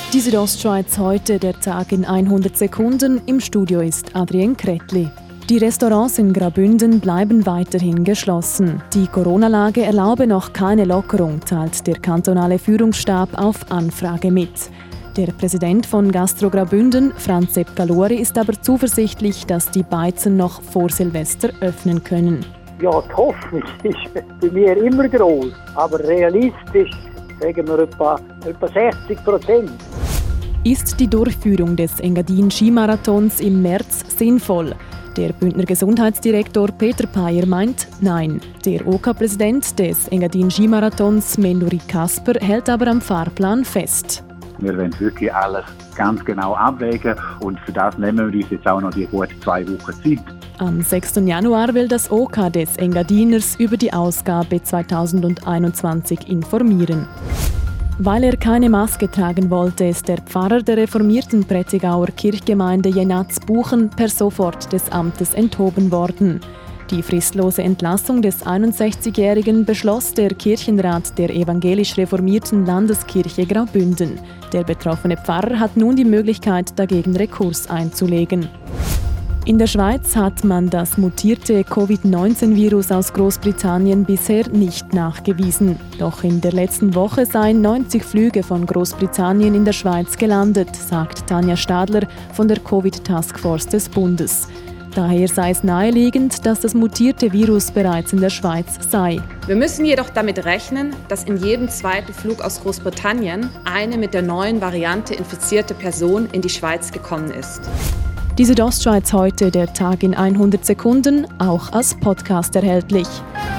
Die Südostschweiz heute, der Tag in 100 Sekunden. Im Studio ist Adrienne Kretli. Die Restaurants in Graubünden bleiben weiterhin geschlossen. Die Corona-Lage erlaube noch keine Lockerung, teilt der kantonale Führungsstab auf Anfrage mit. Der Präsident von Gastro Graubünden, Franz Sepp Galori, ist aber zuversichtlich, dass die Beizen noch vor Silvester öffnen können. Ja, die Hoffnung ist bei mir immer groß, aber realistisch sagen wir etwa 60%. Ist die Durchführung des Engadin-Skimarathons im März sinnvoll? Der Bündner Gesundheitsdirektor Peter Payer meint nein. Der OK-Präsident des Engadin-Skimarathons, Menuri Kasper, hält aber am Fahrplan fest. Wir wollen wirklich alles ganz genau abwägen und für das nehmen wir uns jetzt auch noch die gut 2 Wochen Zeit. Am 6. Januar will das OK des Engadiners über die Ausgabe 2021 informieren. Weil er keine Maske tragen wollte, ist der Pfarrer der reformierten Prättigauer Kirchgemeinde Jenatz-Buchen per sofort des Amtes enthoben worden. Die fristlose Entlassung des 61-Jährigen beschloss der Kirchenrat der evangelisch-reformierten Landeskirche Graubünden. Der betroffene Pfarrer hat nun die Möglichkeit, dagegen Rekurs einzulegen. In der Schweiz hat man das mutierte Covid-19-Virus aus Großbritannien bisher nicht nachgewiesen. Doch in der letzten Woche seien 90 Flüge von Großbritannien in der Schweiz gelandet, sagt Tanja Stadler von der Covid-Taskforce des Bundes. Daher sei es naheliegend, dass das mutierte Virus bereits in der Schweiz sei. Wir müssen jedoch damit rechnen, dass in jedem zweiten Flug aus Großbritannien eine mit der neuen Variante infizierte Person in die Schweiz gekommen ist. Die Südostschweiz heute, der Tag in 100 Sekunden, auch als Podcast erhältlich.